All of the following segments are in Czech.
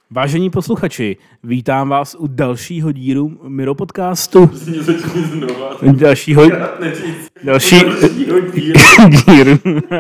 Vážení posluchači, vítám vás u dalšího dílu Miro podcastu. Dalšího dílu.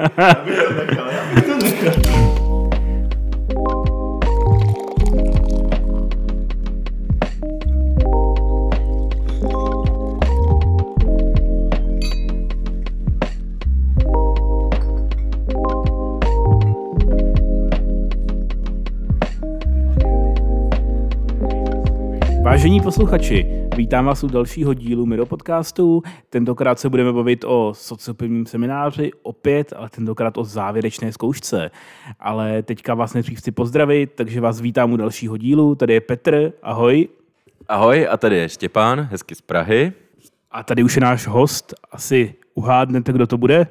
Vážení posluchači, vítám vás u dalšího dílu Miro podcastu. Tentokrát se budeme bavit o sociopivním semináři, opět, ale tentokrát o závěrečné zkoušce. Ale teďka vás nejdřív chci pozdravit, takže vás vítám u dalšího dílu. Tady je Petr, ahoj. Ahoj, a tady je Štěpán, hezky z Prahy. A tady už je náš host, asi uhádnete, kdo to bude?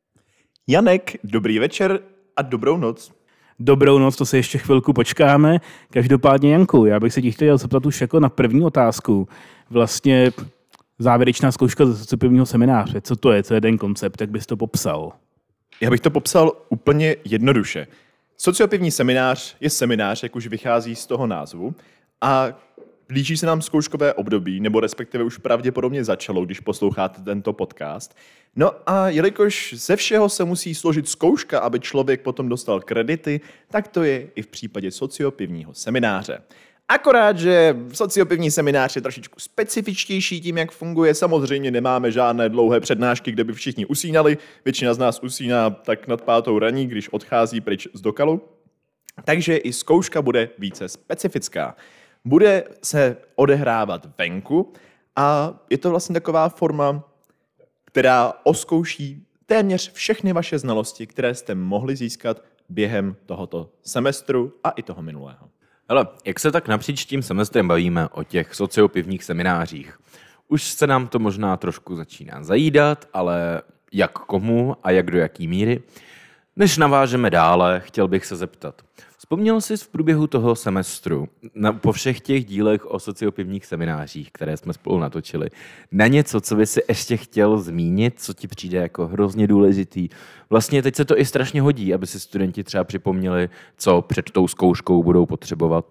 Janek, dobrý večer a dobrou noc. Dobrou noc, to se ještě chvilku počkáme. Každopádně, Janku, já bych se ti chtěl zeptat už jako na první otázku. Vlastně závěrečná zkouška ze sociopivního semináře. Co to je? Co je ten koncept? Jak bys to popsal? Já bych to popsal úplně jednoduše. Sociopivní seminář je seminář, jak už vychází z toho názvu, a blíží se nám zkouškové období, nebo respektive už pravděpodobně začalo, když posloucháte tento podcast. No a jelikož ze všeho se musí složit zkouška, aby člověk potom dostal kredity, tak to je i v případě sociopivního semináře. Akorát, že sociopivní seminář je trošičku specifičtější tím, jak funguje. Samozřejmě nemáme žádné dlouhé přednášky, kde by všichni usínali. Většina z nás usíná tak nad 5:00 raní, když odchází pryč z dokalu. Takže i zkouška bude více specifická. Bude se odehrávat venku a je to vlastně taková forma, která oskouší téměř všechny vaše znalosti, které jste mohli získat během tohoto semestru a i toho minulého. Hele, jak se tak napříč tím semestrem bavíme o těch sociopivních seminářích? Už se nám to možná trošku začíná zajídat, ale jak komu a jak do jaký míry? Než navážeme dále, chtěl bych se zeptat. Vzpomněl jsi v průběhu toho semestru, po všech těch dílech o sociopivních seminářích, které jsme spolu natočili, na něco, co by si ještě chtěl zmínit, co ti přijde jako hrozně důležitý? Vlastně teď se to i strašně hodí, aby si studenti třeba připomněli, co před tou zkouškou budou potřebovat.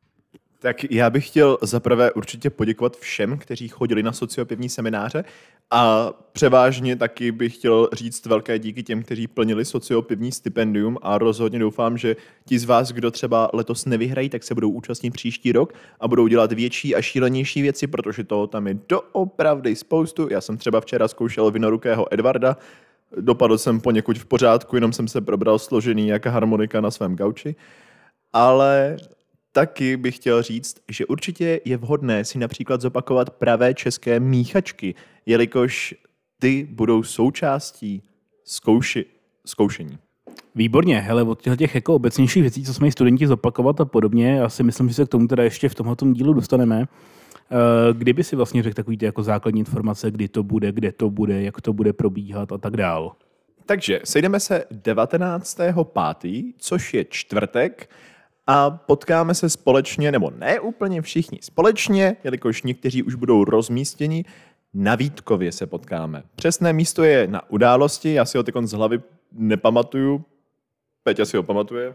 Tak já bych chtěl zaprvé určitě poděkovat všem, kteří chodili na sociopivní semináře, a převážně taky bych chtěl říct velké díky těm, kteří plnili sociopivní stipendium, a rozhodně doufám, že ti z vás, kdo třeba letos nevyhrají, tak se budou účastnit příští rok a budou dělat větší a šílenější věci, protože toho tam je doopravdy spoustu. Já jsem třeba včera zkoušel vinorukého Edvarda, dopadl jsem poněkud v pořádku, jenom jsem se probral složený jak harmonika na svém gauči, ale taky bych chtěl říct, že určitě je vhodné si například zopakovat pravé české míchačky, jelikož ty budou součástí zkoušení. Výborně, hele, od těch jako obecnějších věcí, co jsme studenti zopakovat a podobně, já si myslím, že se k tomu teda ještě v tomto dílu dostaneme. Kdyby si vlastně řekl takový ty jako základní informace, kdy to bude, kde to bude, jak to bude probíhat a tak dál. Takže sejdeme se 19.5., což je čtvrtek, a potkáme se společně, nebo ne úplně všichni společně, jelikož někteří už budou rozmístěni, na Vítkově se potkáme. Přesné místo je na Události, já si ho teď z hlavy nepamatuju. Peťa si ho pamatuje?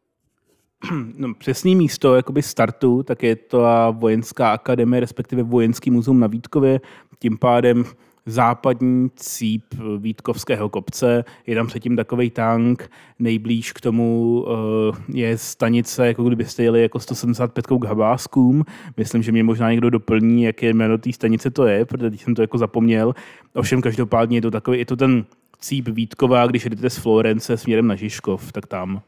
No, přesné místo jakoby startu, tak je to Vojenská akademie, respektive Vojenský muzeum na Vítkově, tím pádem západní cíp Vítkovského kopce. Je tam předtím takovej tank, nejblíž k tomu je stanice, jako kdybyste jeli jako 175 k Habáskům. Myslím, že mě možná někdo doplní, jaké jméno té stanice to je, protože jsem to jako zapomněl. Ovšem každopádně je to ten cíp Vítkova, když jdete z Florence směrem na Žižkov, tak tam.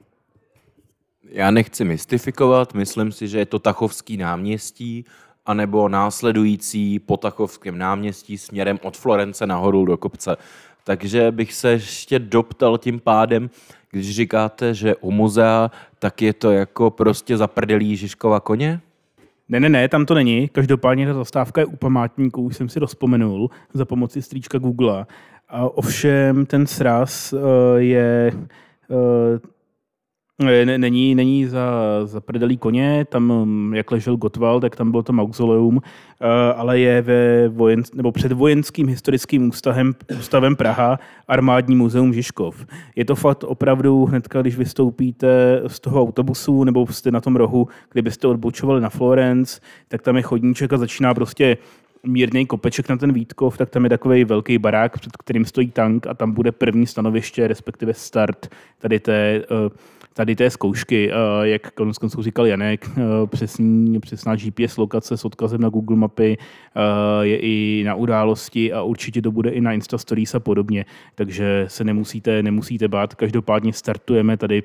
Já nechci mystifikovat, myslím si, že je to Tachovský náměstí, anebo následující po Tachovském náměstí směrem od Florence nahoru do kopce. Takže bych se ještě doptal tím pádem, když říkáte, že u muzea, tak je to jako prostě zaprdelí Žižkova koně? Ne, tam to není. Každopádně ta zastávka je u památníků, už jsem si rozpomenul, za pomoci strýčka Google. Ovšem ten sraz je Není za prdelí koně, tam, jak ležel Gottwald, tak tam bylo to mauzoleum, ale je nebo před vojenským historickým ústavem Praha Armádní muzeum Žižkov. Je to fakt opravdu hnedka, když vystoupíte z toho autobusu nebo jste na tom rohu, kdybyste odbočovali na Florence, tak tam je chodníček a začíná prostě mírný kopeček na ten Vítkov, tak tam je takový velký barák, před kterým stojí tank a tam bude první stanoviště, respektive start tady té zkoušky, jak koneckonců říkal Janek, přesná GPS lokace s odkazem na Google mapy je i na události a určitě to bude i na Insta Stories a podobně, takže se nemusíte bát. Každopádně startujeme tady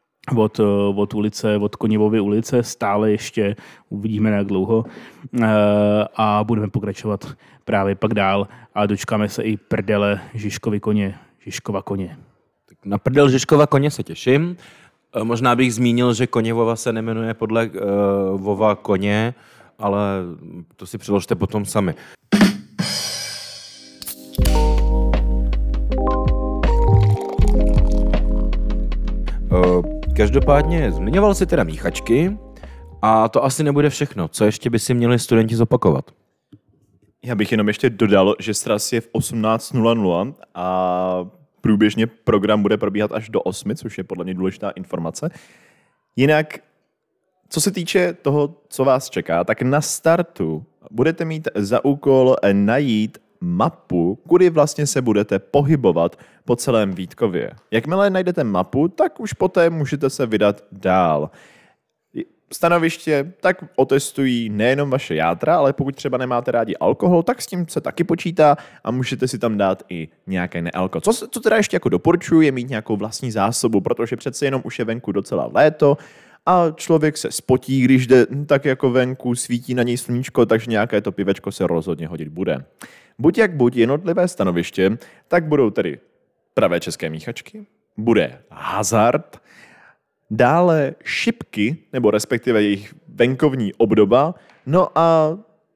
od Koněvovy ulice, stále ještě, uvidíme jak dlouho, a budeme pokračovat právě pak dál a dočkáme se i prdele Žižkova koně. Tak na prdel Žižkova koně se těším. Možná bych zmínil, že Koněvova se nemenuje podle Vova koně, ale to si přiložte potom sami. Každopádně zmiňoval si teda míchačky a to asi nebude všechno. Co ještě by si měli studenti zopakovat? Já bych jenom ještě dodal, že sraz je v 18:00 a průběžně program bude probíhat až do 8, což je podle mě důležitá informace. Jinak, co se týče toho, co vás čeká, tak na startu budete mít za úkol najít mapu, kudy vlastně se budete pohybovat po celém Vítkově. Jakmile najdete mapu, tak už poté můžete se vydat dál. Stanoviště tak otestují nejenom vaše játra, ale pokud třeba nemáte rádi alkohol, tak s tím se taky počítá a můžete si tam dát i nějaké nealko. Co teda ještě jako doporučuji, je mít nějakou vlastní zásobu, protože přece jenom už je venku docela léto a člověk se spotí, když jde tak jako venku, svítí na něj sluníčko, takže nějaké to pivečko se rozhodně hodit bude. Buď jak buď jednotlivé stanoviště, tak budou tedy pravé české míchačky, bude hazard, dále šipky, nebo respektive jejich venkovní obdoba, no a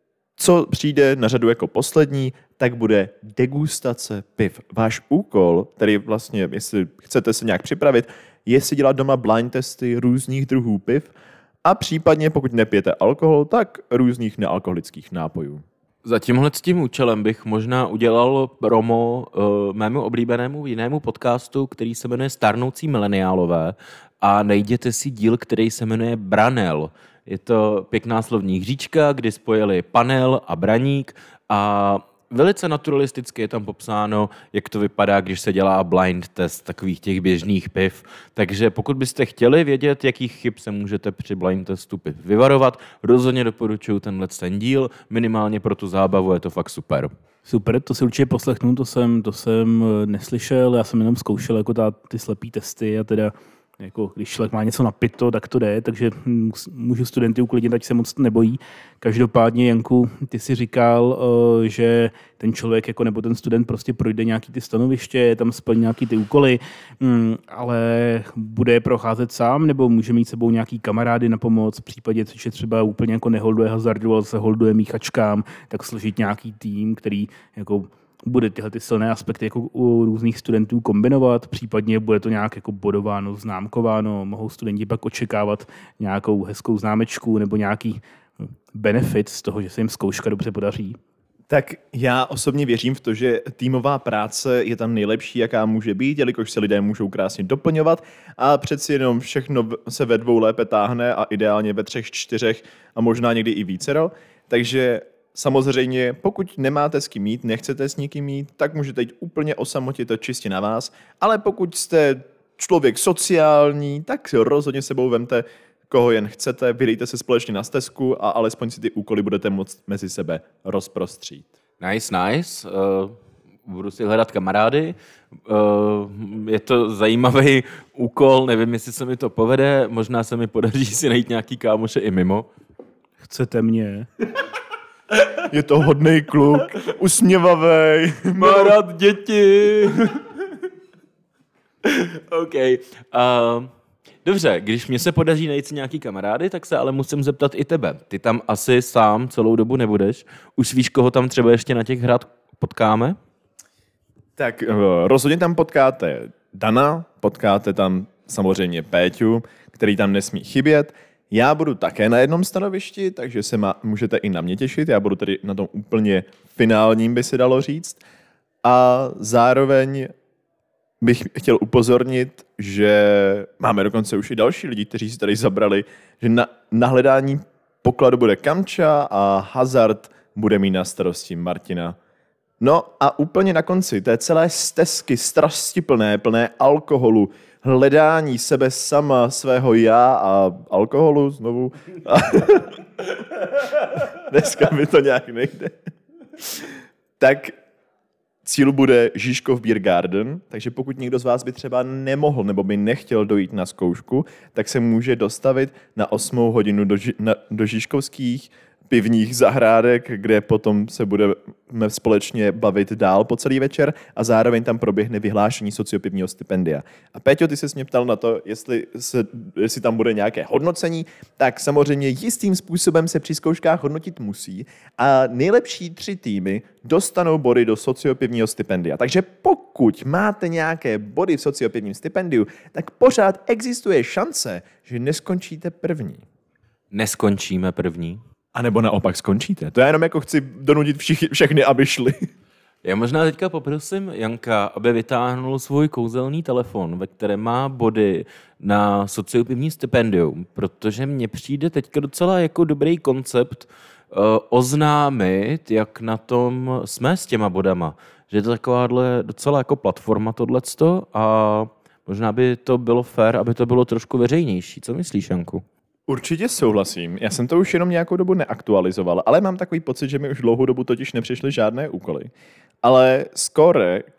co přijde na řadu jako poslední, tak bude degustace piv. Váš úkol, tedy vlastně, jestli chcete se nějak připravit, je si dělat doma blind testy různých druhů piv a případně, pokud nepijete alkohol, tak různých nealkoholických nápojů. Za tímhle s tím účelem bych možná udělal promo mému oblíbenému jinému podcastu, který se jmenuje Stárnoucí mileniálové a najděte si díl, který se jmenuje Branel. Je to pěkná slovní hříčka, kdy spojili panel a braník a velice naturalisticky je tam popsáno, jak to vypadá, když se dělá blind test takových těch běžných piv. Takže pokud byste chtěli vědět, jakých chyb se můžete při blind testu piv vyvarovat, rozhodně doporučuji ten díl, minimálně pro tu zábavu je to fakt super. Super, to si určitě poslechnu, to jsem neslyšel, já jsem jenom zkoušel jako ty slepý testy a teda jako když člověk má něco napito, tak to jde, takže můžu studenty uklidnit, ať se moc nebojí. Každopádně, Janku, ty si říkal, že ten člověk jako nebo ten student prostě projde nějaký ty stanoviště, tam splní nějaký ty úkoly, ale bude je procházet sám, nebo může mít sebou nějaký kamarády na pomoc, v případě, že třeba úplně jako neholduje hazardu, ale se holduje míchačkám, tak složit nějaký tým, který jako bude tyhle ty silné aspekty jako u různých studentů kombinovat, případně bude to nějak jako bodováno, známkováno, mohou studenti pak očekávat nějakou hezkou známečku nebo nějaký benefit z toho, že se jim zkouška dobře podaří? Tak já osobně věřím v to, že týmová práce je tam nejlepší, jaká může být, jelikož se lidé můžou krásně doplňovat a přeci jenom všechno se ve dvou lépe táhne a ideálně ve 3, 4 a možná někdy i vícero. Takže samozřejmě, pokud nemáte s kým jít, nechcete s nikým jít, tak můžete jít úplně o samotě, to čistě na vás, ale pokud jste člověk sociální, tak si rozhodně sebou vemte, koho jen chcete, vydejte se společně na stezku a alespoň si ty úkoly budete moct mezi sebe rozprostřít. Nice. Budu si hledat kamarády. Je to zajímavý úkol, nevím, jestli se mi to povede, možná se mi podaří si najít nějaký kámoše i mimo. Chcete mě? Je to hodnej kluk, usměvavej, má rád děti. OK. Dobře, když mě se podaří najít si nějaký kamarády, tak se ale musím zeptat i tebe. Ty tam asi sám celou dobu nebudeš. Už víš, koho tam třeba ještě na těch hrách potkáme? Tak rozhodně tam potkáte Dana, potkáte tam samozřejmě Péťu, který tam nesmí chybět. Já budu také na jednom stanovišti, takže se můžete i na mě těšit. Já budu tady na tom úplně finálním, by se dalo říct. A zároveň bych chtěl upozornit, že máme dokonce už i další lidi, kteří si tady zabrali, že na hledání pokladu bude Kamča a hazard bude mít na starosti Martina. No a úplně na konci té celé stezky strastiplné, plné alkoholu, hledání sebe sama, svého já a alkoholu znovu. Dneska mi to nějak nejde. Tak cíl bude Žižkov Beer Garden, takže pokud někdo z vás by třeba nemohl nebo by nechtěl dojít na zkoušku, tak se může dostavit na 8 hodinu do Žižkovských pivních zahrádek, kde potom se budeme společně bavit dál po celý večer a zároveň tam proběhne vyhlášení sociopivního stipendia. A Péťo, ty se mě ptal na to, jestli tam bude nějaké hodnocení, tak samozřejmě jistým způsobem se při zkouškách hodnotit musí a nejlepší 3 týmy dostanou body do sociopivního stipendia. Takže pokud máte nějaké body v sociopivním stipendiu, tak pořád existuje šance, že neskončíte první. Neskončíme první? A nebo naopak skončíte. To já jenom jako chci donutit všechny, aby šli. Já možná teďka poprosím Janka, aby vytáhnul svůj kouzelný telefon, ve kterém má body na sociopivní stipendium, protože mně přijde teďka docela jako dobrý koncept oznámit, jak na tom jsme s těma bodama. Že je to takováhle docela jako platforma tohleto a možná by to bylo fér, aby to bylo trošku veřejnější. Co myslíš, Janku? Určitě souhlasím. Já jsem to už jenom nějakou dobu neaktualizoval, ale mám takový pocit, že mi už dlouhou dobu totiž nepřišly žádné úkoly. Ale skóre k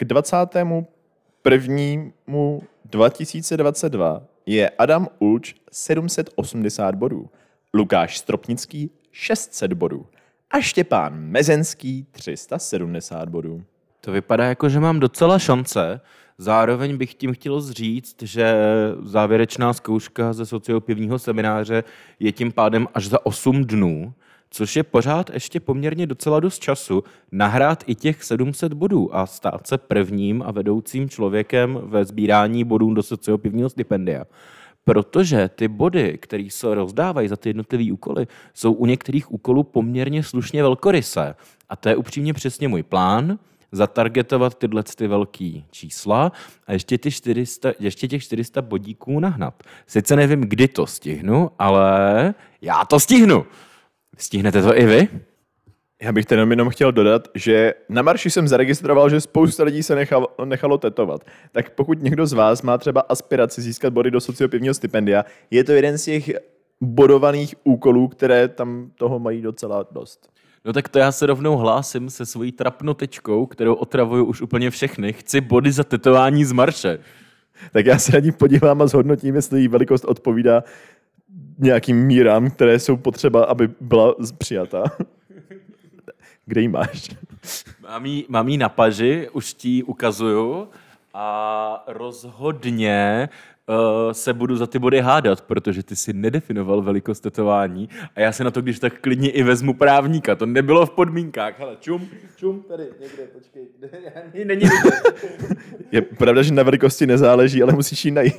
21.2022 je Adam Ulč 780 bodů, Lukáš Stropnický 600 bodů a Štěpán Mezenský 370 bodů. To vypadá jako, že mám docela šance. Zároveň bych tím chtěl říct, že závěrečná zkouška ze sociopivního semináře je tím pádem až za 8 dnů, což je pořád ještě poměrně docela dost času nahrát i těch 700 bodů a stát se prvním a vedoucím člověkem ve sbírání bodů do sociopivního stipendia. Protože ty body, které se rozdávají za ty jednotlivé úkoly, jsou u některých úkolů poměrně slušně velkorysé. A to je upřímně přesně můj plán, zatargetovat tyhle velký čísla a ještě těch 400 bodíků nahnat. Sice nevím, kdy to stihnu, ale já to stihnu. Stihnete to i vy? Já bych jenom chtěl dodat, že na marši jsem zaregistroval, že spousta lidí se nechalo tetovat. Tak pokud někdo z vás má třeba aspiraci získat body do sociopivního stipendia, je to jeden z těch bodovaných úkolů, které tam toho mají docela dost. No tak to já se rovnou hlásím se svojí trapnotečkou, kterou otravuju už úplně všechny. Chci body za tetování z marše. Tak já se na ní podívám a zhodnotím, jestli jí velikost odpovídá nějakým mírám, které jsou potřeba, aby byla přijatá. Kde ji máš? Mám jí na paži, už ti ji ukazuju a rozhodně se budu za ty body hádat, protože ty si nedefinoval velikost tetování a já se na to když tak klidně i vezmu právníka. To nebylo v podmínkách. Hele, čum, tady někde, počkej. Není vidět. Je pravda, že na velikosti nezáleží, ale musíš ji najít.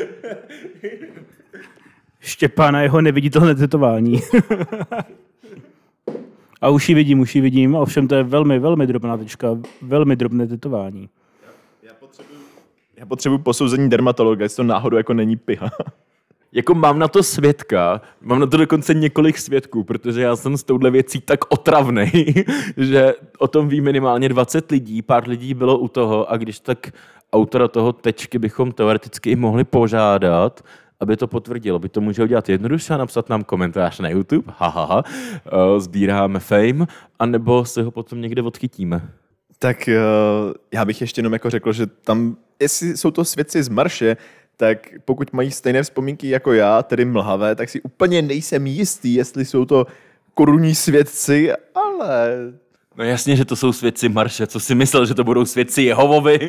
Štěpána jeho neviditelné tetování. A už ji vidím, ovšem to je velmi, velmi drobná tečka, velmi drobné tetování. Já potřebuji posouzení dermatologa, jestli to náhodou jako není piha. Jako mám na to svědka, mám na to dokonce několik svědků, protože já jsem s touhle věcí tak otravnej, že o tom ví minimálně 20 lidí, pár lidí bylo u toho a když tak autora toho tečky bychom teoreticky i mohli požádat, aby to potvrdilo. By to může udělat jednoduše a napsat nám komentář na YouTube, sbíráme fame, anebo se ho potom někde odchytíme. Tak já bych ještě jenom jako řekl, že tam, jestli jsou to svědci z marše, tak pokud mají stejné vzpomínky jako já, tedy mlhavé, tak si úplně nejsem jistý, jestli jsou to korunní svědci, ale... No jasně, že to jsou svědci marše. Co si myslel, že to budou svědci Jehovovi?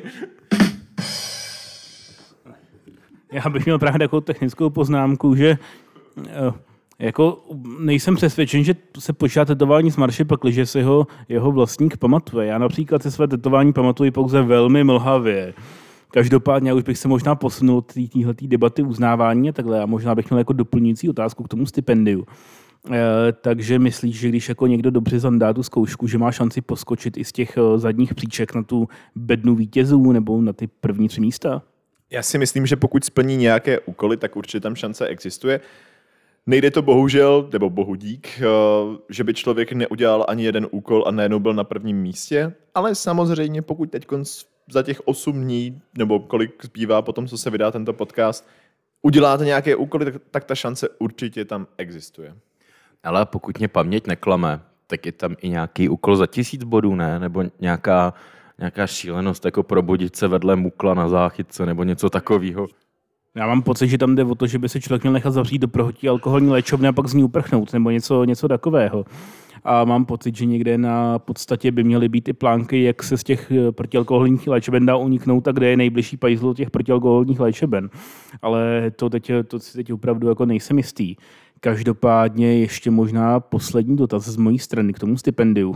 Já bych měl právě takovou technickou poznámku, že jako nejsem přesvědčen, že se počítá tetování z marše, pakliže si jeho vlastník pamatuje. Já například si své tetování pamatuji pouze velmi mlhavě. Každopádně už bych se možná posunul téhletý debaty uznávání a takhle a možná bych měl jako doplňující otázku k tomu stipendiu. Takže myslíš, že když jako někdo dobře zandá tu zkoušku, že má šanci poskočit i z těch zadních příček na tu bednu vítězů nebo na ty první 3 místa? Já si myslím, že pokud splní nějaké úkoly, tak určitě tam šance existuje. Nejde to bohužel, nebo bohu dík, že by člověk neudělal ani jeden úkol a najednou byl na prvním místě, ale samozřejmě pokud teď za těch 8 dní, nebo kolik zbývá potom, co se vydá tento podcast, uděláte nějaké úkoly, tak ta šance určitě tam existuje. Ale pokud mě paměť neklame, tak je tam i nějaký úkol za 1000 bodů, ne? Nebo nějaká šílenost, jako probudit se vedle mukla na záchytce, nebo něco takového. Já mám pocit, že tam jde o to, že by se člověk měl nechat zavřít do prohotí alkoholní léčovny a pak z ní uprchnout, nebo něco takového. A mám pocit, že někde na podstatě by měly být i plánky, jak se z těch protialkoholních léčeben dá uniknout a kde je nejbližší pajzl těch protialkoholních léčeben. Ale to si teď opravdu jako nejsem jistý. Každopádně ještě možná poslední dotaz z mojí strany k tomu stipendiu.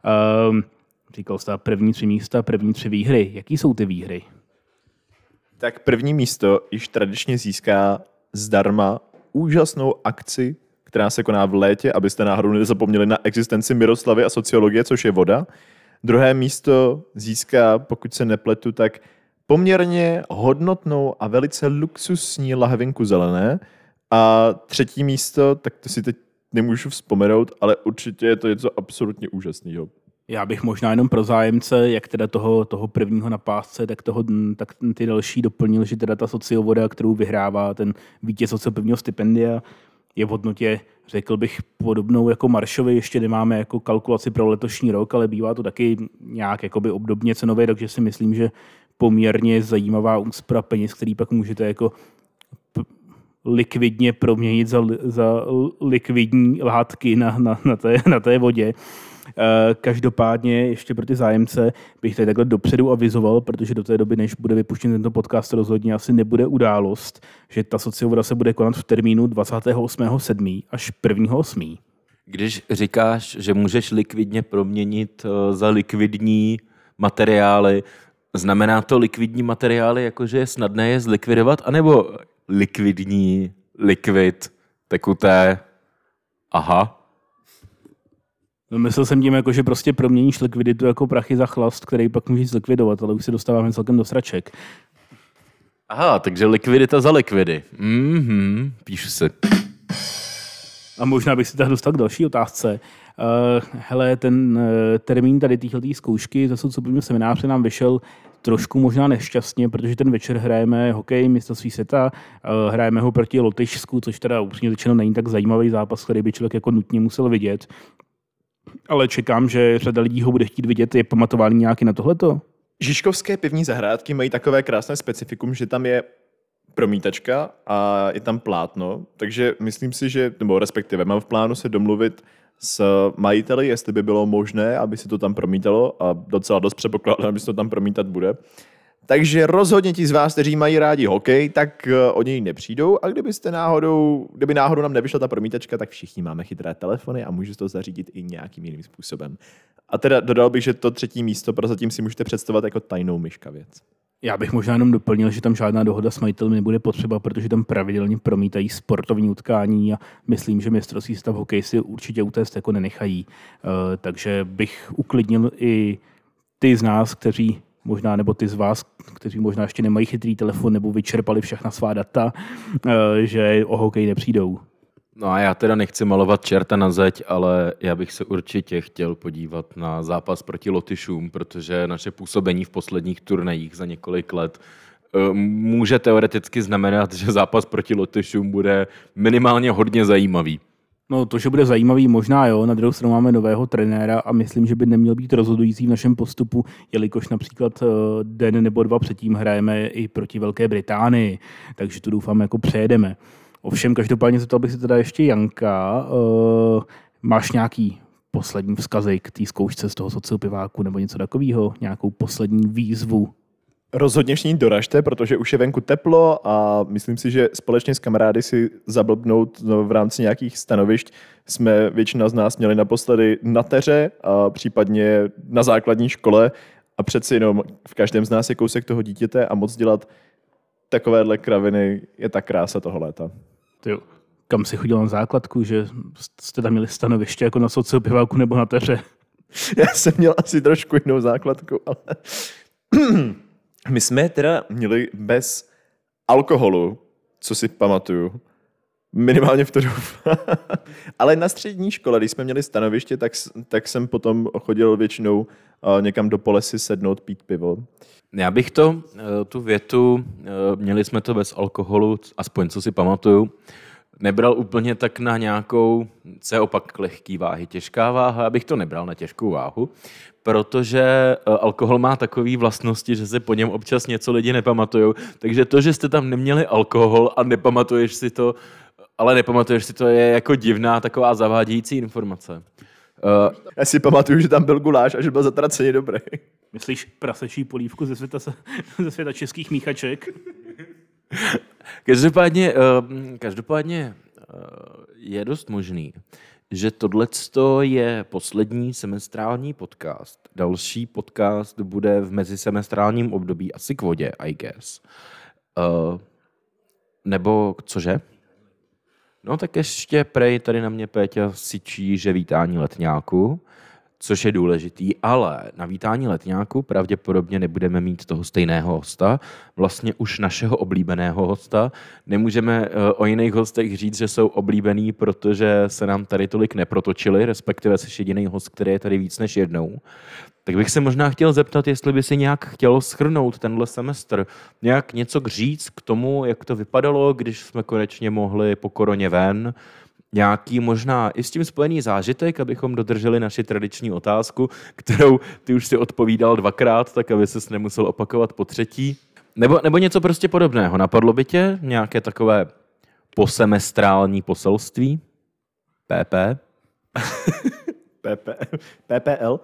Říkal jste první 3 místa, první 3 výhry. Jaký jsou ty výhry? Tak první místo již tradičně získá zdarma úžasnou akci, která se koná v létě, abyste náhodou nezapomněli na existenci Miroslavy a sociologie, což je voda. Druhé místo získá, pokud se nepletu, tak poměrně hodnotnou a velice luxusní lahvinku zelené. A třetí místo, tak to si teď nemůžu vzpomenout, ale určitě je to něco absolutně úžasného. Já bych možná jenom pro zájemce, jak teda toho prvního na pásce, tak ty další doplnil, že teda ta sociovoda, kterou vyhrává ten vítěz sociopivního stipendia, je v hodnotě, řekl bych, podobnou jako Maršovi. Ještě nemáme jako kalkulaci pro letošní rok, ale bývá to taky nějak jakoby obdobně cenově, takže si myslím, že poměrně zajímavá úspora peněz, který pak můžete jako likvidně proměnit za likvidní látky na té vodě. Každopádně ještě pro ty zájemce bych tady takhle dopředu avizoval, protože do té doby, než bude vypuštěn tento podcast, rozhodně asi nebude událost, že ta sociovoda se bude konat v termínu 28.7. až 1.8. Když říkáš, že můžeš likvidně proměnit za likvidní materiály, znamená to likvidní materiály, jakože je snadné je zlikvidovat, anebo likvidní, likvid, tekuté, aha? No, myslel jsem tím, jako, že prostě proměníš likviditu jako prachy za chlast, který pak můžeš zlikvidovat, ale už se dostáváme celkem do sraček. Aha, takže likvidita za likvidy. Píšu si. A možná bych si tak dostal k další otázce. Hele, ten termín tady téhletý zkoušky za sociopivního semináře nám vyšel trošku možná nešťastně, protože ten večer hrajeme hokej mistrovství světa, hrajeme ho proti Lotyšsku, což teda upřímně řečeno není tak zajímavý zápas, který by člověk jako nutně musel vidět. Ale čekám, že řada lidí ho bude chtít vidět. Je pamatování nějaký na tohleto? Žižkovské pivní zahrádky mají takové krásné specifikum, že tam je promítačka a je tam plátno, takže myslím si, že, nebo respektive mám v plánu se domluvit s majiteli, jestli by bylo možné, aby se to tam promítalo a docela dost předpokládám, že se to tam promítat bude. Takže rozhodně ti z vás, kteří mají rádi hokej, tak o něj nepřijdou a kdyby náhodou nám nevyšla ta promítačka, tak všichni máme chytré telefony a můžu to zařídit i nějakým jiným způsobem. A teda dodal bych, že to třetí místo prozatím si můžete představovat jako tajnou myškavěc. Já bych možná jenom doplnil, že tam žádná dohoda s majitelem nebude potřeba, protože tam pravidelně promítají sportovní utkání a myslím, že mistrovství světa v hokeji si určitě utéct jako nenechají. Takže bych uklidnil i ty z nás, kteří možná, nebo ty z vás, kteří možná ještě nemají chytrý telefon nebo vyčerpali všechna svá data, že o hokej nepřijdou. No a já teda nechci malovat čerta na zeď, ale já bych se určitě chtěl podívat na zápas proti Lotyšům, protože naše působení v posledních turnajích za několik let může teoreticky znamenat, že zápas proti Lotyšům bude minimálně hodně zajímavý. No to, že bude zajímavý, možná jo. Na druhou stranu máme nového trenéra a myslím, že by neměl být rozhodující v našem postupu, jelikož například den nebo dva předtím hrajeme i proti Velké Británii, takže tu doufám jako přejedeme. Ovšem, každopádně zeptal bych se teda ještě Janka. Máš nějaký poslední vzkazy k té zkoušce z toho sociopiváku nebo něco takového? Nějakou poslední výzvu? Rozhodně všichni doražte, protože už je venku teplo a myslím si, že společně s kamarády si zablbnout v rámci nějakých stanovišť jsme většina z nás měli naposledy na teře a případně na základní škole A přeci jenom v každém z nás je kousek toho dítěte a moc dělat takovéhle kraviny je ta krása toho léta. Tyjo, kam si chodil na základku, že jste tam měli stanoviště jako na sociopiváku nebo na teře? Já jsem měl asi trošku jinou základku, ale my jsme teda měli bez alkoholu, co si pamatuju. Minimálně v to doufám. Ale na střední škole, když jsme měli stanoviště, tak jsem potom chodil většinou někam do pole si sednout, pít pivo. Já bych tu větu, měli jsme to bez alkoholu, aspoň co si pamatuju, nebral úplně tak na nějakou, co je opak lehký váhy, těžká váha, abych to nebral na těžkou váhu, protože alkohol má takové vlastnosti, že se po něm občas něco lidi nepamatujou, takže to, že jste tam neměli alkohol a nepamatuješ si to, je jako divná taková zavádějící informace. Já si pamatuju, že tam byl guláš a že byl zatraceně dobrý. Myslíš prasečí polívku ze světa českých míchaček? Každopádně je dost možný, že tohleto je poslední semestrální podcast. Další podcast bude v mezisemestrálním období asi k vodě, I guess. Nebo cože? No tak ještě prej tady na mě Péťa syčí, že vítání letňáku, což je důležitý, ale na vítání letňáku pravděpodobně nebudeme mít toho stejného hosta, vlastně už našeho oblíbeného hosta. Nemůžeme o jiných hostech říct, že jsou oblíbený, protože se nám tady tolik neprotočili, respektive jsi jediný host, který je tady víc než jednou. Tak bych se možná chtěl zeptat, jestli by si nějak chtělo shrnout tenhle semestr, nějak něco říct k tomu, jak to vypadalo, když jsme konečně mohli po koroně ven, nějaký možná i s tím spojený zážitek, abychom dodrželi naši tradiční otázku, kterou ty už si odpovídal 2krát, tak aby ses nemusel opakovat po třetí. Nebo něco prostě podobného. Napadlo by tě nějaké takové posemestrální poselství? PP? PPL?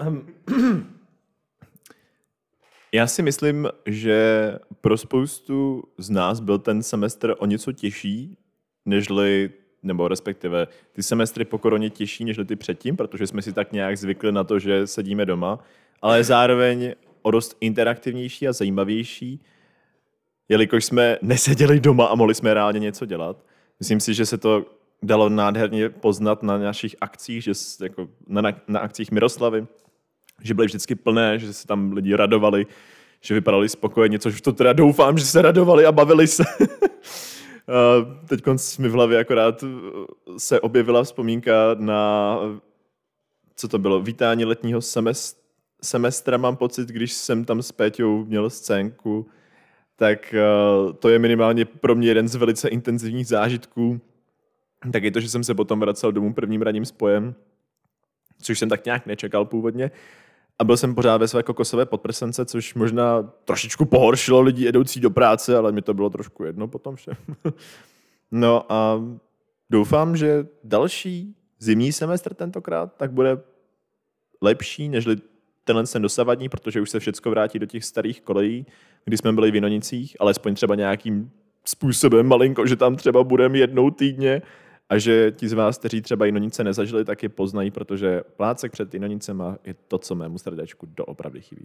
Já si myslím, že pro spoustu z nás byl ten semestr o něco těžší, nebo respektive ty semestry po koroně těžší, než ty předtím, protože jsme si tak nějak zvykli na to, že sedíme doma, ale zároveň o dost interaktivnější a zajímavější, jelikož jsme neseděli doma a mohli jsme reálně něco dělat. Myslím si, že se to dalo nádherně poznat na našich akcích, že jako na akcích Miroslavy, že byly vždycky plné, že se tam lidi radovali, že vypadali spokojeně, což to teda doufám, že se radovali a bavili se. Teď mi v hlavě akorát se objevila vzpomínka na, co to bylo, vítání letního semestra, mám pocit, když jsem tam s Péťou měl scénku, tak to je minimálně pro mě jeden z velice intenzivních zážitků. Tak je to, že jsem se potom vracel domů prvním ranním spojem, což jsem tak nějak nečekal původně. A byl jsem pořád ve své kokosové podprsence, což možná trošičku pohoršilo lidi jedoucí do práce, ale mi to bylo trošku jedno potom všem. No a doufám, že další zimní semestr tentokrát tak bude lepší, než tenhle ten dosavadní, protože už se všecko vrátí do těch starých kolejí, kdy jsme byli v Jinonicích, alespoň třeba nějakým způsobem malinko, že tam třeba budeme jednou týdně a že ti z vás, kteří třeba Jinonice nezažili, tak je poznají, protože plácek před Jinonicema je to, co mému srdečku doopravdy chybí.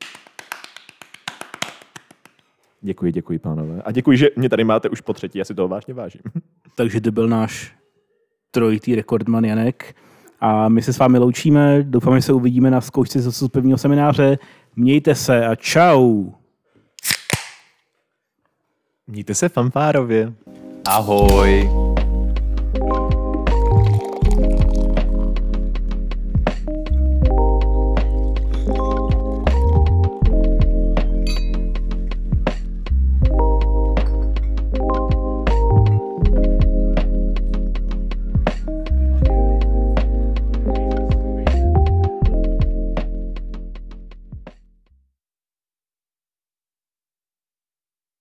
Děkuji, pánové. A děkuji, že mě tady máte už po třetí, já si toho vážně vážím. Takže to byl náš trojitý rekordman Janek. A my se s vámi loučíme. Doufám, že se uvidíme na zkoušce z prvního semináře. Mějte se a čau. Mějte se fanfárově. Ahoj.